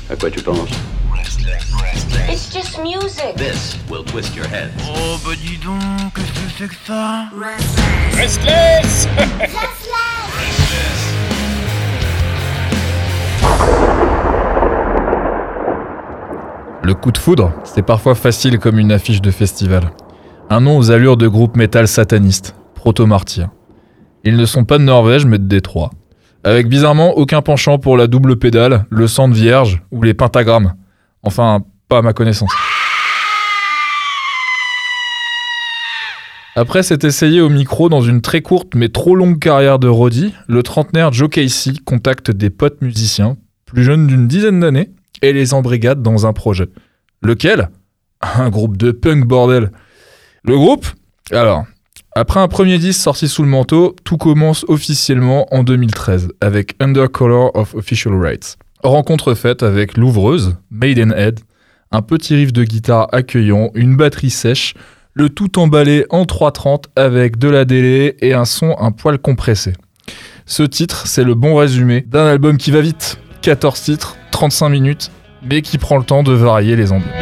À quoi tu penses? It's just music. This will twist your head. Oh bah dis donc, qu'est-ce que c'est que ça? Restless. Le coup de foudre, c'est parfois facile comme une affiche de festival. Un nom aux allures de groupe métal sataniste, Proto-Martyr. Ils ne sont pas de Norvège mais de Détroit. Avec bizarrement aucun penchant pour la double pédale, le centre vierge ou les pentagrammes. Enfin, pas à ma connaissance. Après s'être essayé au micro dans une très courte mais trop longue carrière de roadie, le trentenaire Joe Casey contacte des potes musiciens, plus jeunes d'une dizaine d'années, et les embrigade dans un projet. Lequel ? Un groupe de punk, bordel. Le groupe ? Alors, après un premier disque sorti sous le manteau, tout commence officiellement en 2013 avec Under Color of Official Rights. Rencontre faite avec l'ouvreuse, Maidenhead, un petit riff de guitare accueillant, une batterie sèche, le tout emballé en 3/30 avec de la délai et un son un poil compressé. Ce titre, c'est le bon résumé d'un album qui va vite. 14 titres, 35 minutes, mais qui prend le temps de varier les ambiances.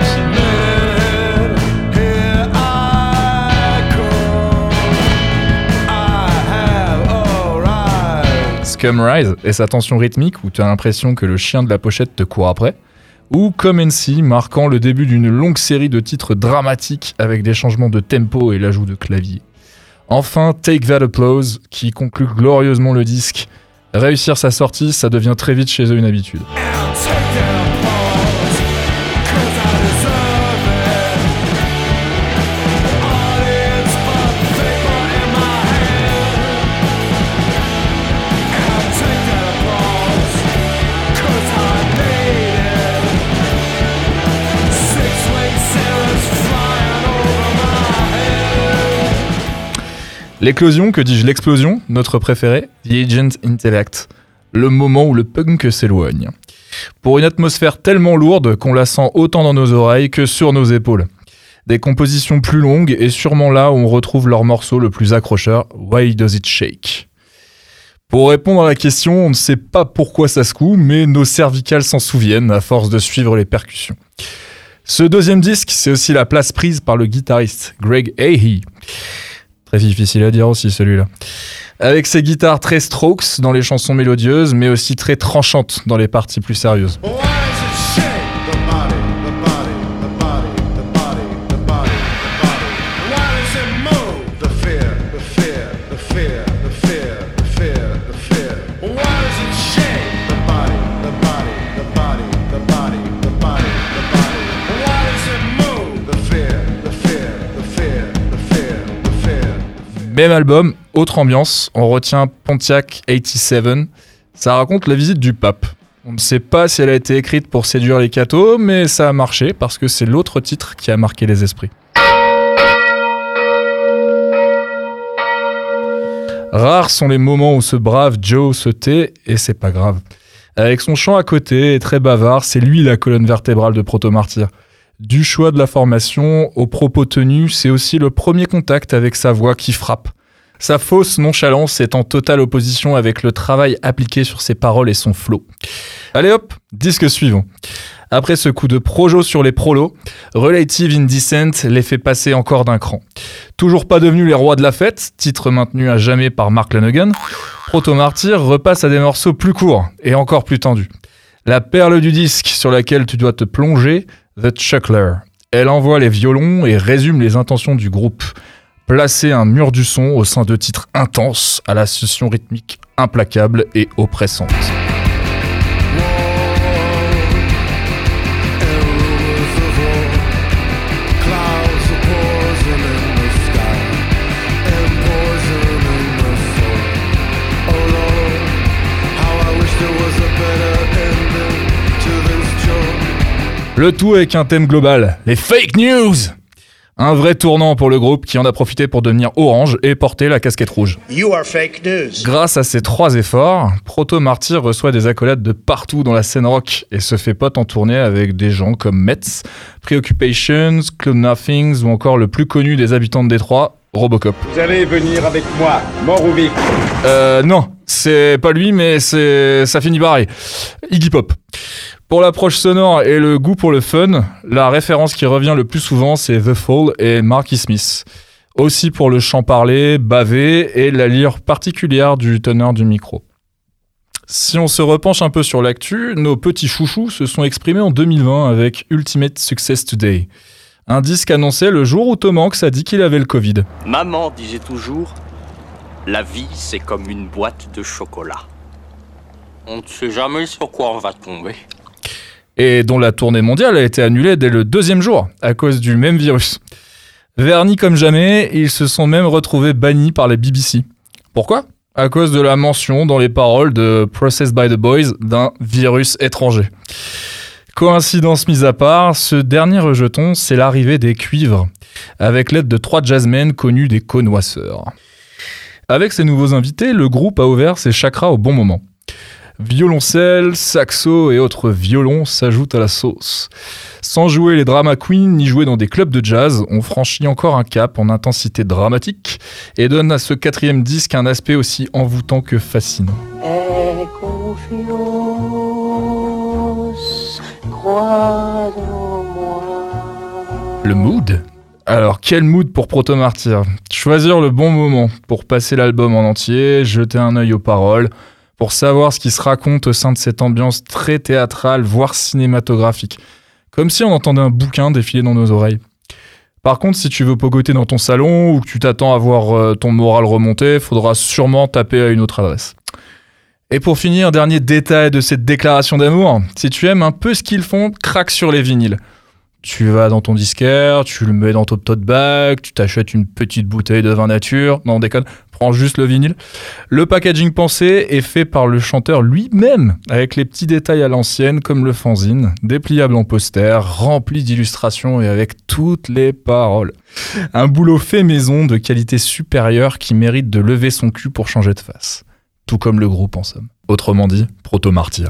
Scum Rise et sa tension rythmique où tu as l'impression que le chien de la pochette te court après, ou Come and See marquant le début d'une longue série de titres dramatiques avec des changements de tempo et l'ajout de clavier. Enfin, Take That Applause qui conclut glorieusement le disque. Réussir sa sortie, ça devient très vite chez eux une habitude. L'éclosion, que dis-je, l'explosion, notre préféré, The Agent Intellect, le moment où le punk s'éloigne. Pour une atmosphère tellement lourde qu'on la sent autant dans nos oreilles que sur nos épaules. Des compositions plus longues et sûrement là où on retrouve leur morceau le plus accrocheur, Why Does It Shake ? Pour répondre à la question, on ne sait pas pourquoi ça secoue, mais nos cervicales s'en souviennent à force de suivre les percussions. Ce deuxième disque, c'est aussi la place prise par le guitariste Greg Ahey. Très difficile à dire aussi celui-là. Avec ses guitares très strokes dans les chansons mélodieuses, mais aussi très tranchantes dans les parties plus sérieuses. Même album, autre ambiance, on retient Pontiac 87, ça raconte la visite du pape. On ne sait pas si elle a été écrite pour séduire les cathos, mais ça a marché parce que c'est l'autre titre qui a marqué les esprits. Rares sont les moments où ce brave Joe se tait, et c'est pas grave. Avec son chant à côté et très bavard, c'est lui la colonne vertébrale de Proto-Martyr. Du choix de la formation aux propos tenus, c'est aussi le premier contact avec sa voix qui frappe. Sa fausse nonchalance est en totale opposition avec le travail appliqué sur ses paroles et son flow. Allez hop, disque suivant. Après ce coup de projo sur les prolos, Relative Indecent les fait passer encore d'un cran. Toujours pas devenus les rois de la fête, titre maintenu à jamais par Mark Lanegan, Proto-Martyr repasse à des morceaux plus courts et encore plus tendus. La perle du disque sur laquelle tu dois te plonger, The Chuckler. Elle envoie les violons et résume les intentions du groupe. Placer un mur du son au sein de titres intenses à la session rythmique implacable et oppressante. Le tout avec un thème global, les fake news. Un vrai tournant pour le groupe qui en a profité pour devenir orange et porter la casquette rouge. You are fake news. Grâce à ces trois efforts, Proto-Martyr reçoit des accolades de partout dans la scène rock et se fait pote en tournée avec des gens comme Metz, Preoccupations, Cloud Nothings ou encore le plus connu des habitants de Détroit, Robocop. Vous allez venir avec moi, mort ou vif. Non, c'est pas lui mais ça finit pareil. Iggy Pop. Pour l'approche sonore et le goût pour le fun, la référence qui revient le plus souvent, c'est The Fall et Marky Smith. Aussi pour le chant parlé, bavé et la lyre particulière du teneur du micro. Si on se repenche un peu sur l'actu, nos petits chouchous se sont exprimés en 2020 avec Ultimate Success Today. Un disque annoncé le jour où Tom Hanks a dit qu'il avait le Covid. Maman disait toujours, la vie c'est comme une boîte de chocolat. On ne sait jamais sur quoi on va tomber. Et dont la tournée mondiale a été annulée dès le 2e jour, à cause du même virus. Vernis comme jamais, ils se sont même retrouvés bannis par la BBC. Pourquoi ? À cause de la mention dans les paroles de Processed by the Boys d'un virus étranger. Coïncidence mise à part, ce dernier rejeton, c'est l'arrivée des cuivres, avec l'aide de 3 jazzmen connus des connoisseurs. Avec ces nouveaux invités, le groupe a ouvert ses chakras au bon moment. Violoncelle, saxo et autres violons s'ajoutent à la sauce. Sans jouer les drama queens ni jouer dans des clubs de jazz, on franchit encore un cap en intensité dramatique et donne à ce 4e disque un aspect aussi envoûtant que fascinant. Aie confiance, crois en moi. Le mood ? Alors, quel mood pour Proto Martyr ? Choisir le bon moment pour passer l'album en entier, jeter un œil aux paroles, pour savoir ce qui se raconte au sein de cette ambiance très théâtrale, voire cinématographique. Comme si on entendait un bouquin défiler dans nos oreilles. Par contre, si tu veux pogoter dans ton salon ou que tu t'attends à voir ton moral remonter, faudra sûrement taper à une autre adresse. Et pour finir, dernier détail de cette déclaration d'amour, si tu aimes un peu ce qu'ils font, craque sur les vinyles. Tu vas dans ton disquaire, tu le mets dans ton tote bag, tu t'achètes une petite bouteille de vin nature, non on déconne, prends juste le vinyle. Le packaging pensé est fait par le chanteur lui-même, avec les petits détails à l'ancienne comme le fanzine, dépliable en poster, rempli d'illustrations et avec toutes les paroles. Un boulot fait maison de qualité supérieure qui mérite de lever son cul pour changer de face. Tout comme le groupe en somme. Autrement dit, Proto Martyr.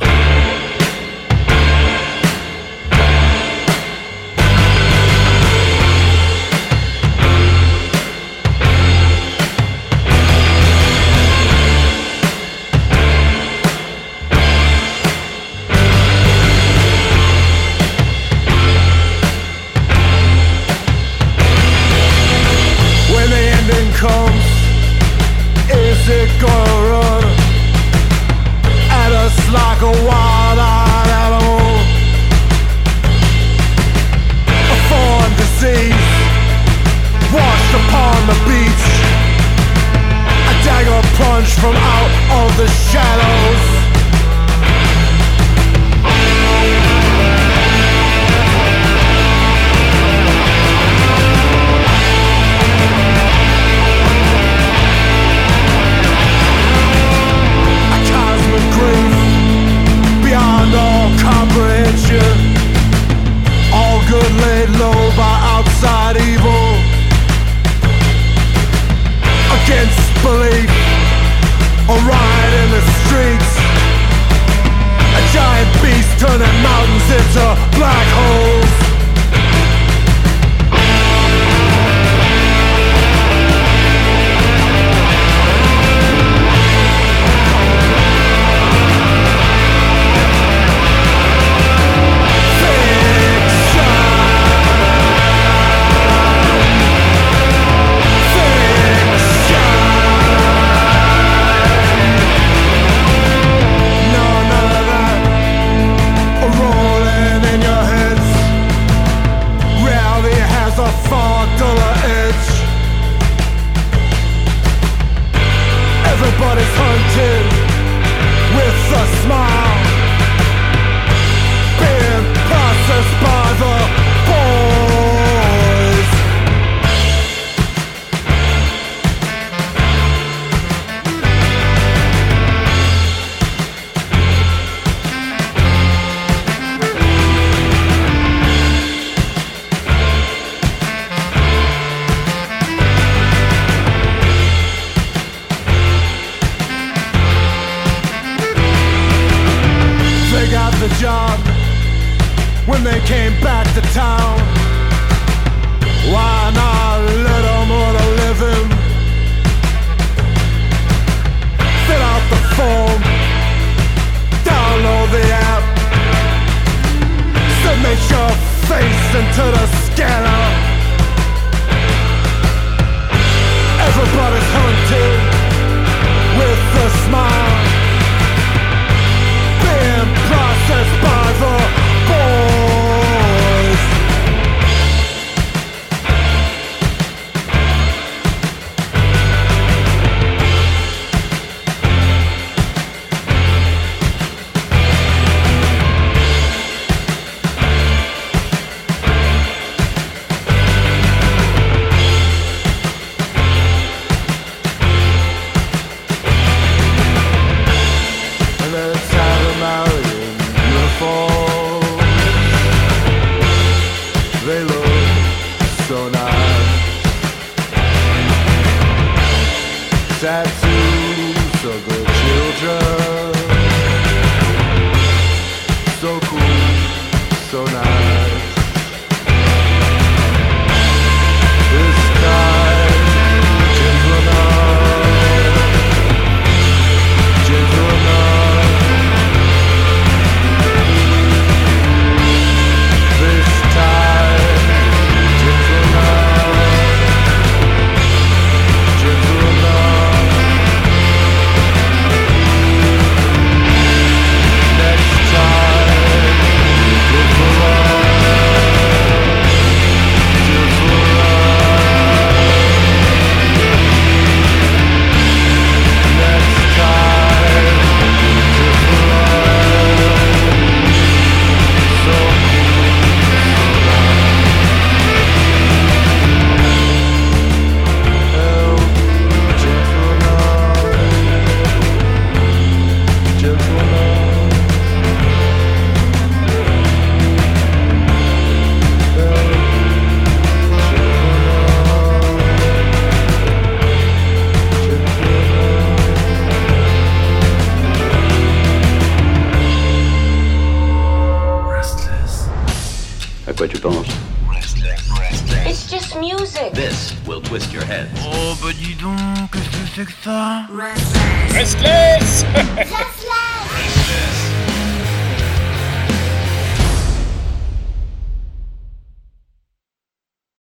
Like a wild-eyed animal, a foreign disease washed upon the beach, a dagger plunged from out of the shadows. Beyond all comprehension, all good laid low by outside evil, against belief, a riot in the streets, a giant beast turning mountains into black holes. Everybody's hunted with a smile, being processed by the boys. The job when they came back to town. Why not let them earn a living? Fill out the form, download the app, À quoi tu penses? It's just music. This will twist your head. Oh bah dis donc, qu'est-ce que c'est que ça? Restless